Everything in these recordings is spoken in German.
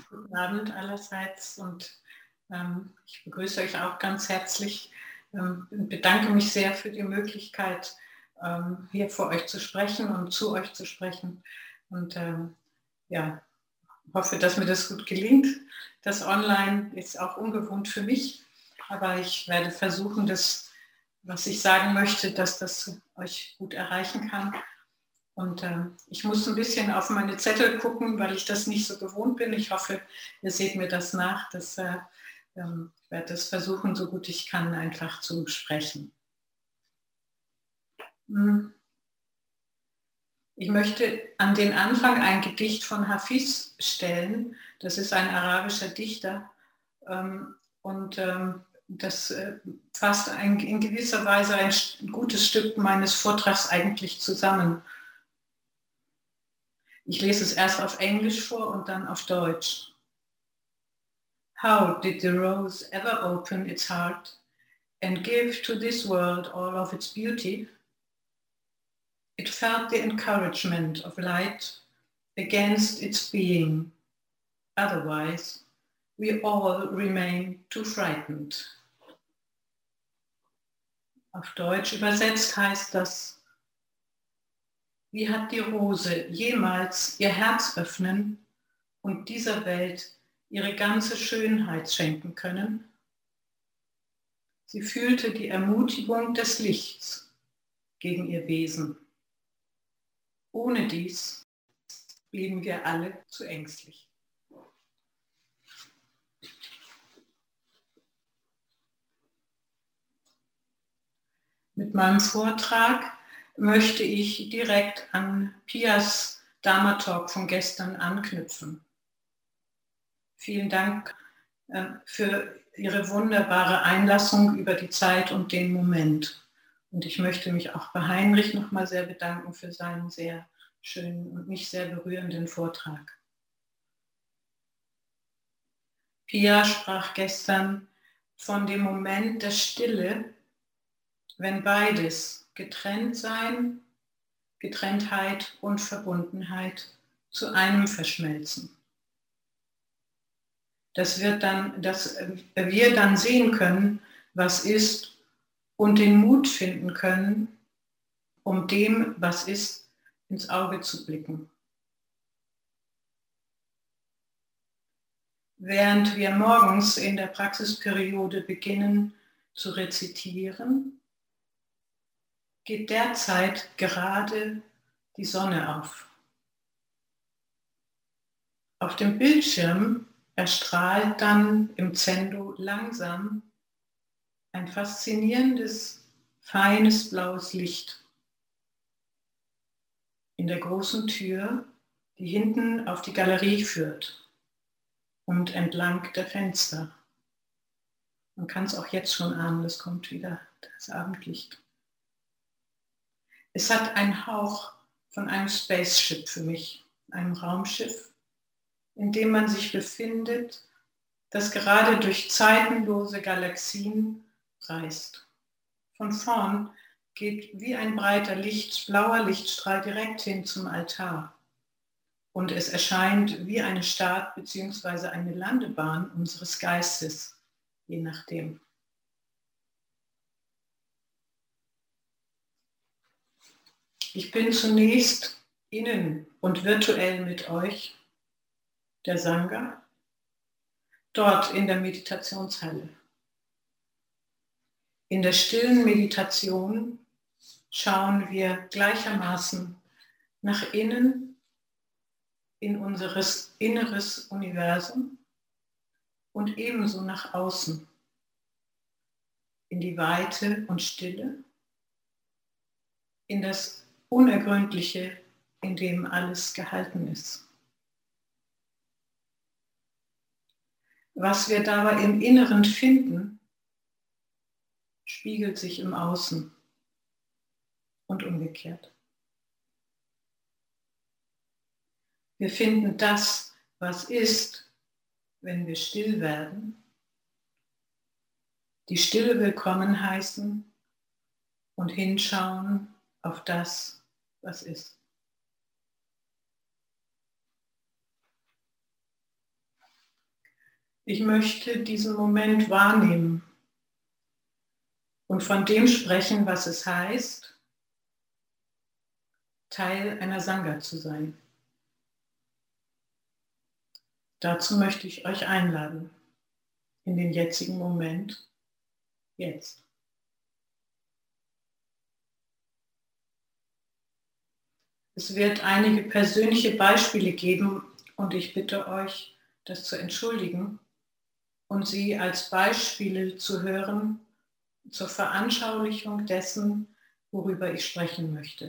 Guten Abend allerseits und ich begrüße euch auch ganz herzlich und bedanke mich sehr für die Möglichkeit, hier vor euch zu sprechen und zu euch zu sprechen. Und ja, hoffe, dass mir das gut gelingt. Das Online ist auch ungewohnt für mich, aber ich werde versuchen, das, was ich sagen möchte, dass das euch gut erreichen kann. Und ich muss ein bisschen auf meine Zettel gucken, weil ich das nicht so gewohnt bin. Ich hoffe, ihr seht mir das nach. Ich werde das versuchen, so gut ich kann, einfach zu sprechen. Ich möchte an den Anfang ein Gedicht von Hafiz stellen. Das ist ein arabischer Dichter. Und das fasst in gewisser Weise ein gutes Stück meines Vortrags eigentlich zusammen. Ich lese es erst auf Englisch vor und dann auf Deutsch. How did the rose ever open its heart and give to this world all of its beauty? It felt the encouragement of light against its being. Otherwise, we all remain too frightened. Auf Deutsch übersetzt heißt das: Wie hat die Rose jemals ihr Herz öffnen und dieser Welt ihre ganze Schönheit schenken können? Sie fühlte die Ermutigung des Lichts gegen ihr Wesen. Ohne dies blieben wir alle zu ängstlich. Mit meinem Vortrag möchte ich direkt an Pias Dharma-Talk von gestern anknüpfen. Vielen Dank für Ihre wunderbare Einlassung über die Zeit und den Moment. Und ich möchte mich auch bei Heinrich nochmal sehr bedanken für seinen sehr schönen und mich sehr berührenden Vortrag. Pia sprach gestern von dem Moment der Stille, wenn beides, Getrenntsein, Getrenntheit und Verbundenheit, zu einem verschmelzen. Dass wir dann sehen können, was ist, und den Mut finden können, um dem, was ist, ins Auge zu blicken. Während wir morgens in der Praxisperiode beginnen zu rezitieren, geht derzeit gerade die Sonne auf. Auf dem Bildschirm erstrahlt dann im Zendo langsam ein faszinierendes, feines blaues Licht. In der großen Tür, die hinten auf die Galerie führt und entlang der Fenster. Man kann es auch jetzt schon ahnen, es kommt wieder das Abendlicht. Es hat einen Hauch von einem Spaceship für mich, einem Raumschiff, in dem man sich befindet, das gerade durch zeitenlose Galaxien reist. Von vorn geht wie ein breiter blauer Lichtstrahl direkt hin zum Altar. Und es erscheint wie eine Start- bzw. eine Landebahn unseres Geistes, je nachdem. Ich bin zunächst innen und virtuell mit euch, der Sangha, dort in der Meditationshalle. In der stillen Meditation schauen wir gleichermaßen nach innen in unser inneres Universum und ebenso nach außen, in die Weite und Stille, in das Unergründliche, in dem alles gehalten ist. Was wir dabei im Inneren finden, spiegelt sich im Außen und umgekehrt. Wir finden das, was ist, wenn wir still werden, die Stille willkommen heißen und hinschauen auf das, was ist. Ich möchte diesen Moment wahrnehmen und von dem sprechen, was es heißt, Teil einer Sangha zu sein. Dazu möchte ich euch einladen, in den jetzigen Moment, jetzt. Es wird einige persönliche Beispiele geben und ich bitte euch, das zu entschuldigen und sie als Beispiele zu hören zur Veranschaulichung dessen, worüber ich sprechen möchte.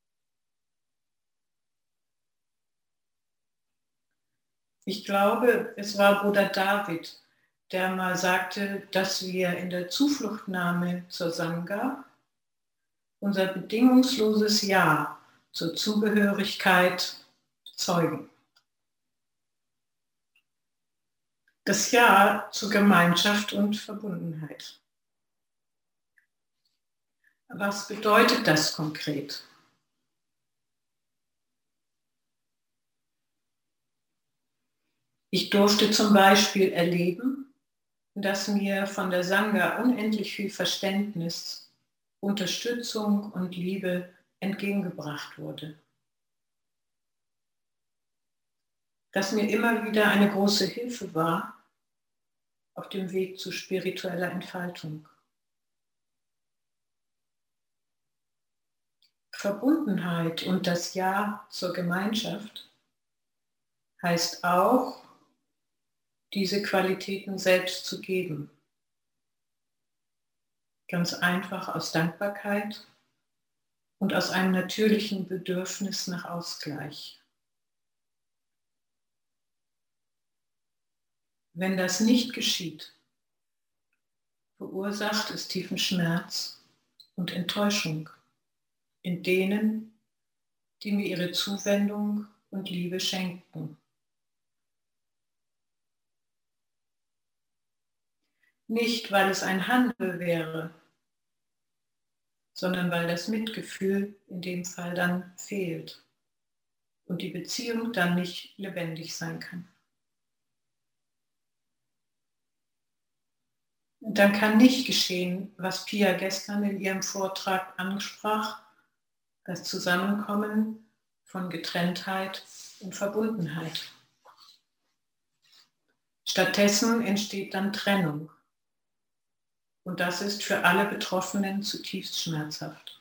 Ich glaube, es war Bruder David, der mal sagte, dass wir in der Zufluchtnahme zur Sangha unser bedingungsloses Ja zur Zugehörigkeit zeugen. Das Ja zur Gemeinschaft und Verbundenheit. Was bedeutet das konkret? Ich durfte zum Beispiel erleben, dass mir von der Sangha unendlich viel Verständnis, Unterstützung und Liebe entgegengebracht wurde. Dass mir immer wieder eine große Hilfe war auf dem Weg zu spiritueller Entfaltung. Verbundenheit und das Ja zur Gemeinschaft heißt auch, diese Qualitäten selbst zu geben. Ganz einfach aus Dankbarkeit und aus einem natürlichen Bedürfnis nach Ausgleich. Wenn das nicht geschieht, verursacht es tiefen Schmerz und Enttäuschung in denen, die mir ihre Zuwendung und Liebe schenken. Nicht, weil es ein Handel wäre, sondern weil das Mitgefühl in dem Fall dann fehlt und die Beziehung dann nicht lebendig sein kann. Und dann kann nicht geschehen, was Pia gestern in ihrem Vortrag ansprach, das Zusammenkommen von Getrenntheit und Verbundenheit. Stattdessen entsteht dann Trennung. Und das ist für alle Betroffenen zutiefst schmerzhaft.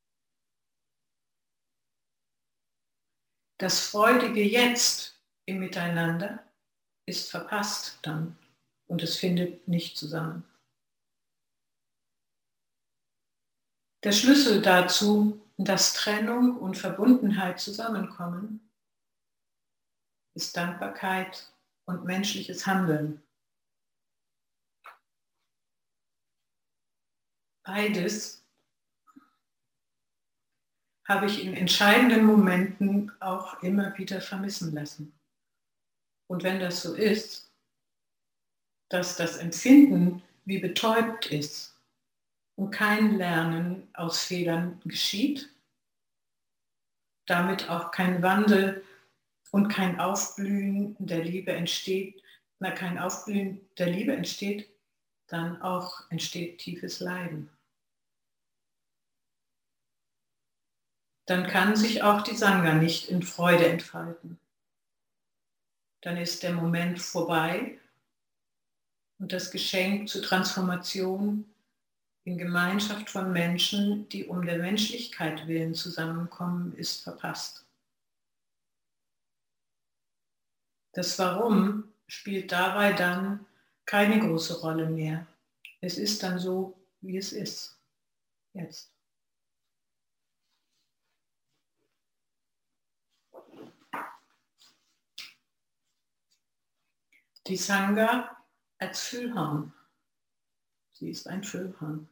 Das freudige Jetzt im Miteinander ist verpasst dann und es findet nicht zusammen. Der Schlüssel dazu, dass Trennung und Verbundenheit zusammenkommen, ist Dankbarkeit und menschliches Handeln. Beides habe ich in entscheidenden Momenten auch immer wieder vermissen lassen. Und wenn das so ist, dass das Empfinden wie betäubt ist und kein Lernen aus Fehlern geschieht, damit auch kein Wandel und kein Aufblühen der Liebe entsteht, kein Aufblühen der Liebe entsteht, dann auch entsteht tiefes Leiden. Dann kann sich auch die Sangha nicht in Freude entfalten. Dann ist der Moment vorbei und das Geschenk zur Transformation in Gemeinschaft von Menschen, die um der Menschlichkeit willen zusammenkommen, ist verpasst. Das Warum spielt dabei dann keine große Rolle mehr. Es ist dann so, wie es ist. Jetzt. Die Sangha als Füllhorn. Sie ist ein Füllhorn.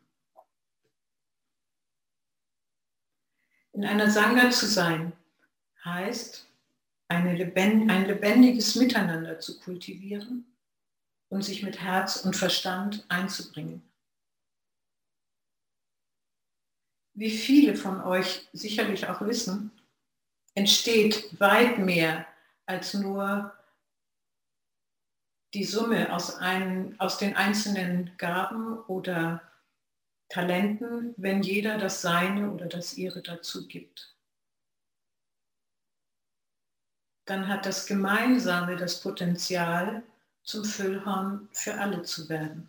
In einer Sangha zu sein, heißt, ein lebendiges Miteinander zu kultivieren und sich mit Herz und Verstand einzubringen. Wie viele von euch sicherlich auch wissen, entsteht weit mehr als nur die Summe aus den einzelnen Gaben oder Talenten, wenn jeder das Seine oder das Ihre dazu gibt. Dann hat das Gemeinsame das Potenzial, zum Füllhorn für alle zu werden.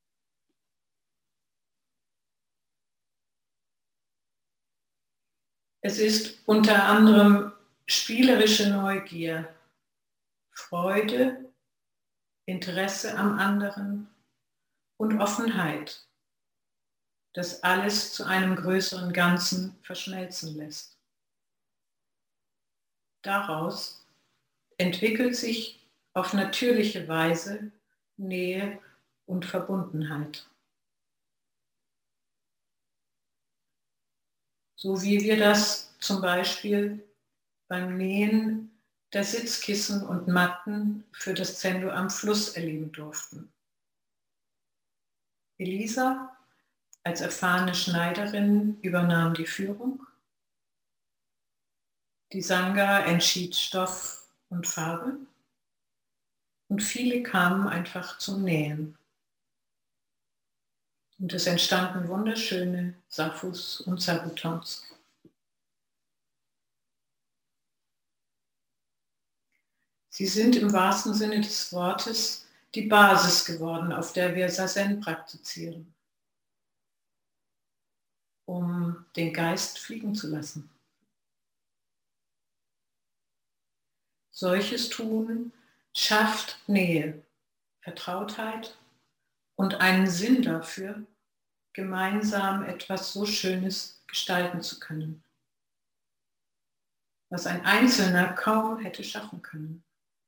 Es ist unter anderem spielerische Neugier, Freude, Interesse am anderen und Offenheit, das alles zu einem größeren Ganzen verschmelzen lässt. Daraus entwickelt sich auf natürliche Weise Nähe und Verbundenheit. So wie wir das zum Beispiel beim Nähen der Sitzkissen und Matten für das Zendo am Fluss erleben durften. Elisa als erfahrene Schneiderin übernahm die Führung. Die Sangha entschied Stoff und Farbe und viele kamen einfach zum Nähen. Und es entstanden wunderschöne Safus und Sabutons. Sie sind im wahrsten Sinne des Wortes die Basis geworden, auf der wir Zazen praktizieren, um den Geist fliegen zu lassen. Solches Tun schafft Nähe, Vertrautheit und einen Sinn dafür, gemeinsam etwas so Schönes gestalten zu können, was ein Einzelner kaum hätte schaffen können.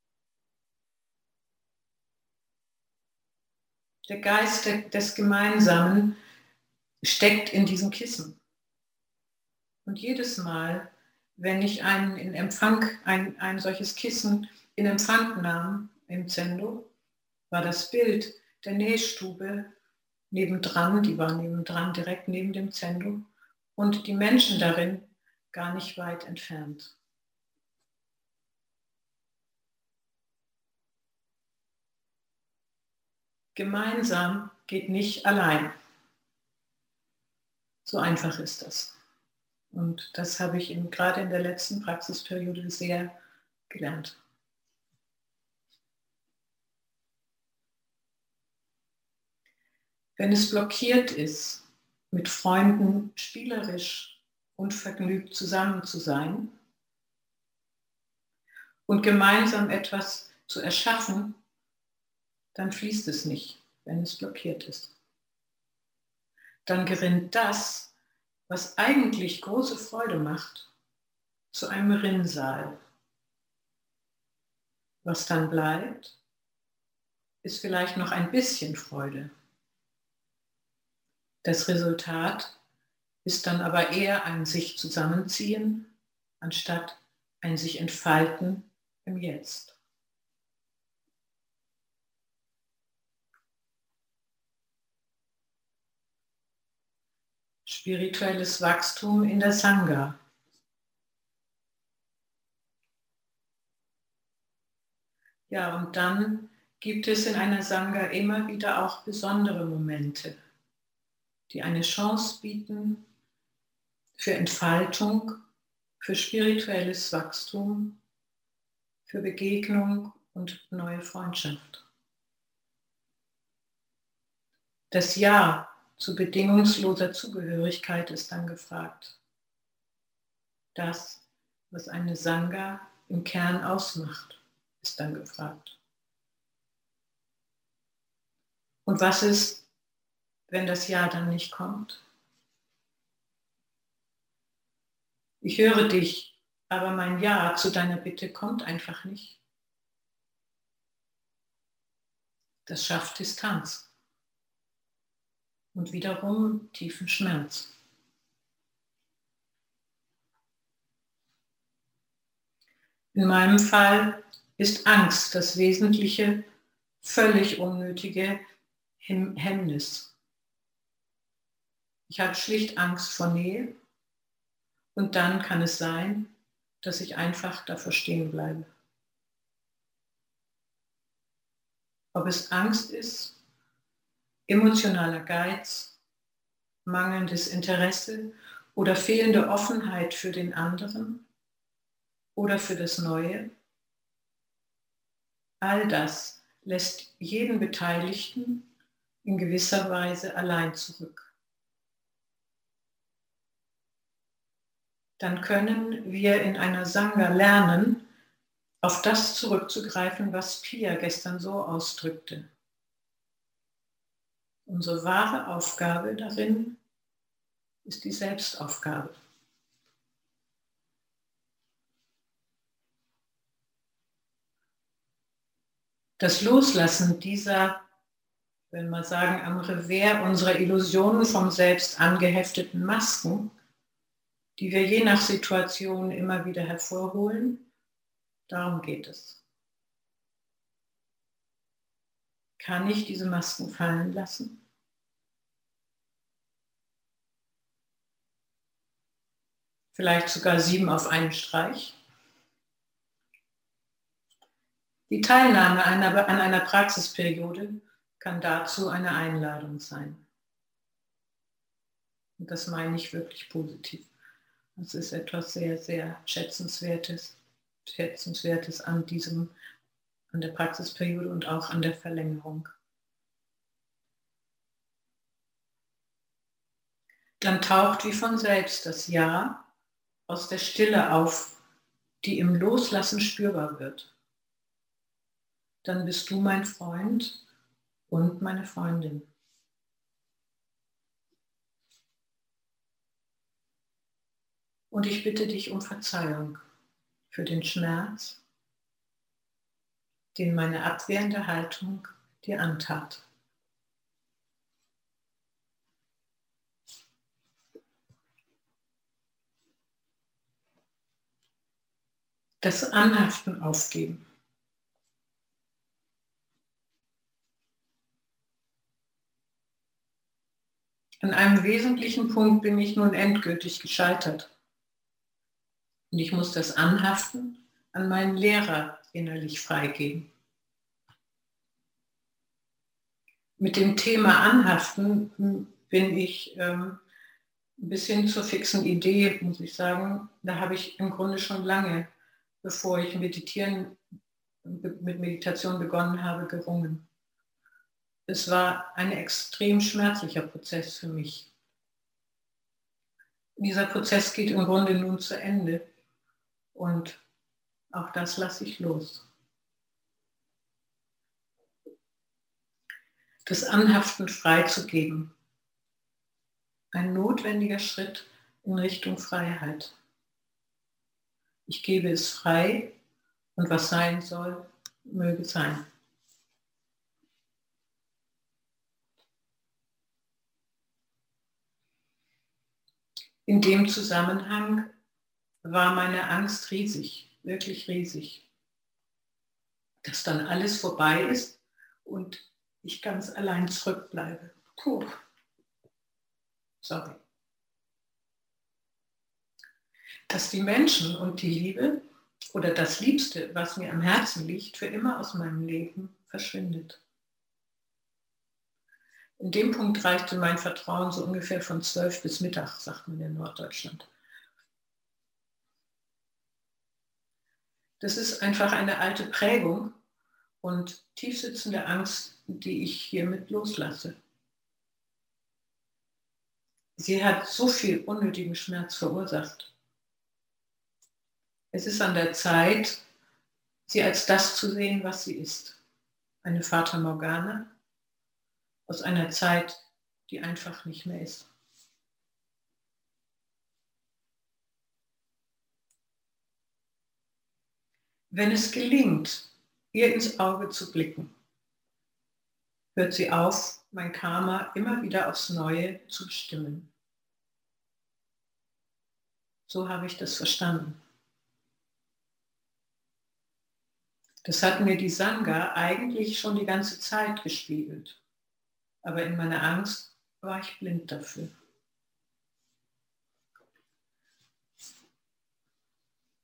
Der Geist des Gemeinsamen steckt in diesen Kissen. Und jedes Mal, wenn ich ein solches Kissen in Empfang nahm im Zendo, war das Bild der Nähstube nebendran, die war nebendran, direkt neben dem Zendo, und die Menschen darin gar nicht weit entfernt. Gemeinsam geht nicht allein. So einfach ist das. Und das habe ich gerade in der letzten Praxisperiode sehr gelernt. Wenn es blockiert ist, mit Freunden spielerisch und vergnügt zusammen zu sein und gemeinsam etwas zu erschaffen, dann fließt es nicht, wenn es blockiert ist. Dann gerinnt das, was eigentlich große Freude macht, zu einem Rinnsal. Was dann bleibt, ist vielleicht noch ein bisschen Freude. Das Resultat ist dann aber eher ein sich zusammenziehen, anstatt ein sich entfalten im Jetzt. Spirituelles Wachstum in der Sangha. Ja, und dann gibt es in einer Sangha immer wieder auch besondere Momente, die eine Chance bieten für Entfaltung, für spirituelles Wachstum, für Begegnung und neue Freundschaft. Das Ja zu bedingungsloser Zugehörigkeit ist dann gefragt. Das, was eine Sangha im Kern ausmacht, ist dann gefragt. Und was ist, wenn das Ja dann nicht kommt? Ich höre dich, aber mein Ja zu deiner Bitte kommt einfach nicht. Das schafft Distanz und wiederum tiefen Schmerz. In meinem Fall ist Angst das wesentliche, völlig unnötige Hemmnis. Ich habe schlicht Angst vor Nähe und dann kann es sein, dass ich einfach davor stehen bleibe. Ob es Angst ist, emotionaler Geiz, mangelndes Interesse oder fehlende Offenheit für den anderen oder für das Neue. All das lässt jeden Beteiligten in gewisser Weise allein zurück. Dann können wir in einer Sangha lernen, auf das zurückzugreifen, was Pia gestern so ausdrückte. Unsere wahre Aufgabe darin ist die Selbstaufgabe. Das Loslassen dieser, wenn wir sagen, am Revers unserer Illusionen vom Selbst angehefteten Masken, die wir je nach Situation immer wieder hervorholen, darum geht es. Kann ich diese Masken fallen lassen? Vielleicht sogar 7 auf einen Streich? Die Teilnahme an einer Praxisperiode kann dazu eine Einladung sein. Und das meine ich wirklich positiv. Das ist etwas sehr, sehr Schätzenswertes an der Praxisperiode und auch an der Verlängerung. Dann taucht wie von selbst das Ja aus der Stille auf, die im Loslassen spürbar wird. Dann bist du mein Freund und meine Freundin. Und ich bitte dich um Verzeihung für den Schmerz, den meine abwehrende Haltung dir antat. Das Anhaften aufgeben. An einem wesentlichen Punkt bin ich nun endgültig gescheitert. Und ich muss das Anhaften an meinen Lehrer innerlich freigeben. Mit dem Thema Anhaften bin ich ein bisschen zur fixen Idee, muss ich sagen. Da habe ich im Grunde schon lange, bevor ich mit Meditation begonnen habe, gerungen. Es war ein extrem schmerzlicher Prozess für mich. Dieser Prozess geht im Grunde nun zu Ende und auch das lasse ich los. Das Anhaften freizugeben. Ein notwendiger Schritt in Richtung Freiheit. Ich gebe es frei und was sein soll, möge sein. In dem Zusammenhang war meine Angst riesig, wirklich riesig. Dass dann alles vorbei ist und ich ganz allein zurückbleibe. Puh. Sorry. Dass die Menschen und die Liebe oder das Liebste, was mir am Herzen liegt, für immer aus meinem Leben verschwindet. In dem Punkt reichte mein Vertrauen so ungefähr von 12 bis Mittag, sagt man in Norddeutschland. Das ist einfach eine alte Prägung und tiefsitzende Angst, die ich hiermit loslasse. Sie hat so viel unnötigen Schmerz verursacht. Es ist an der Zeit, sie als das zu sehen, was sie ist. Eine Fata Morgana aus einer Zeit, die einfach nicht mehr ist. Wenn es gelingt, ihr ins Auge zu blicken, hört sie auf, mein Karma immer wieder aufs Neue zu bestimmen. So habe ich das verstanden. Das hat mir die Sangha eigentlich schon die ganze Zeit gespiegelt. Aber in meiner Angst war ich blind dafür.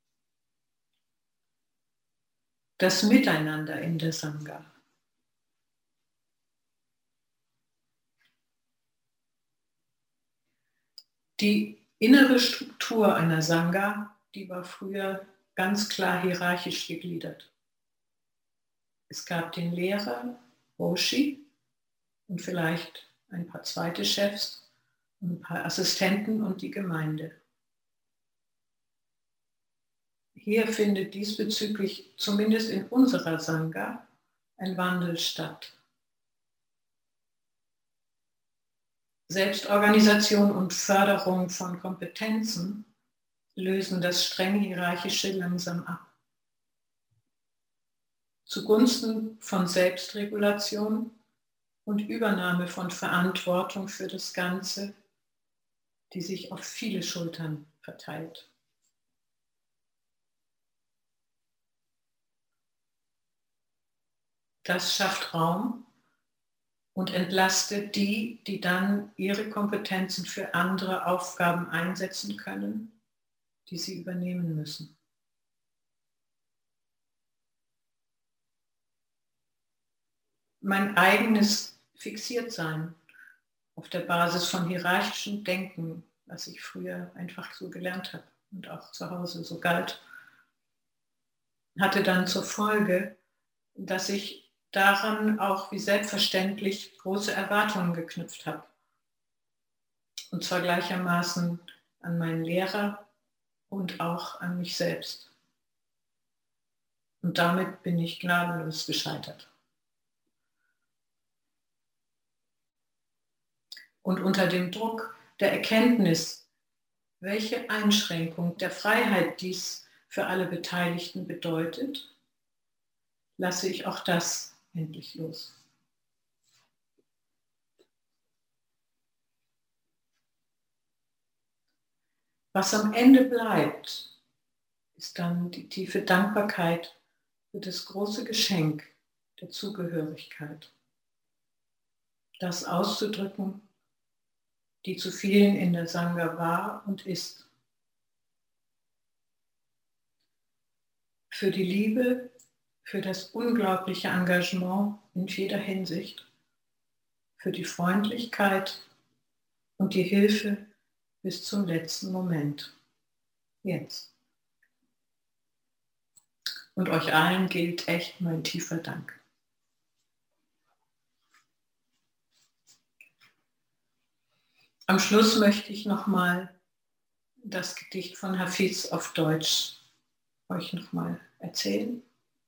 Das Miteinander in der Sangha. Die innere Struktur einer Sangha, die war früher ganz klar hierarchisch gegliedert. Es gab den Lehrer, Roshi, und vielleicht ein paar zweite Chefs und ein paar Assistenten und die Gemeinde. Hier findet diesbezüglich, zumindest in unserer Sangha, ein Wandel statt. Selbstorganisation und Förderung von Kompetenzen lösen das streng hierarchische langsam ab. Zugunsten von Selbstregulation und Übernahme von Verantwortung für das Ganze, die sich auf viele Schultern verteilt. Das schafft Raum und entlastet die, die dann ihre Kompetenzen für andere Aufgaben einsetzen können, die sie übernehmen müssen. Mein eigenes Fixiertsein auf der Basis von hierarchischem Denken, was ich früher einfach so gelernt habe und auch zu Hause so galt, hatte dann zur Folge, dass ich daran auch wie selbstverständlich große Erwartungen geknüpft habe. Und zwar gleichermaßen an meinen Lehrer und auch an mich selbst. Und damit bin ich gnadenlos gescheitert. Und unter dem Druck der Erkenntnis, welche Einschränkung der Freiheit dies für alle Beteiligten bedeutet, lasse ich auch das endlich los. Was am Ende bleibt, ist dann die tiefe Dankbarkeit für das große Geschenk der Zugehörigkeit. Das auszudrücken, die zu vielen in der Sangha war und ist. Für die Liebe, für das unglaubliche Engagement in jeder Hinsicht, für die Freundlichkeit und die Hilfe bis zum letzten Moment. Jetzt. Und euch allen gilt echt mein tiefer Dank. Am Schluss möchte ich nochmal das Gedicht von Hafiz auf Deutsch euch nochmal erzählen.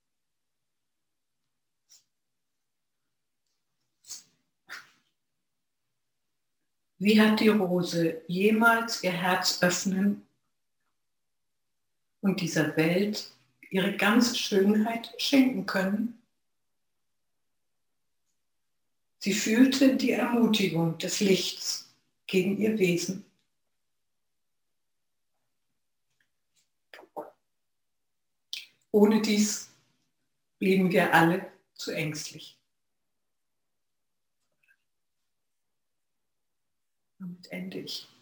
Wie hat die Rose jemals ihr Herz öffnen und dieser Welt ihre ganze Schönheit schenken können? Sie fühlte die Ermutigung des Lichts gegen ihr Wesen. Ohne dies blieben wir alle zu ängstlich. Damit ende ich.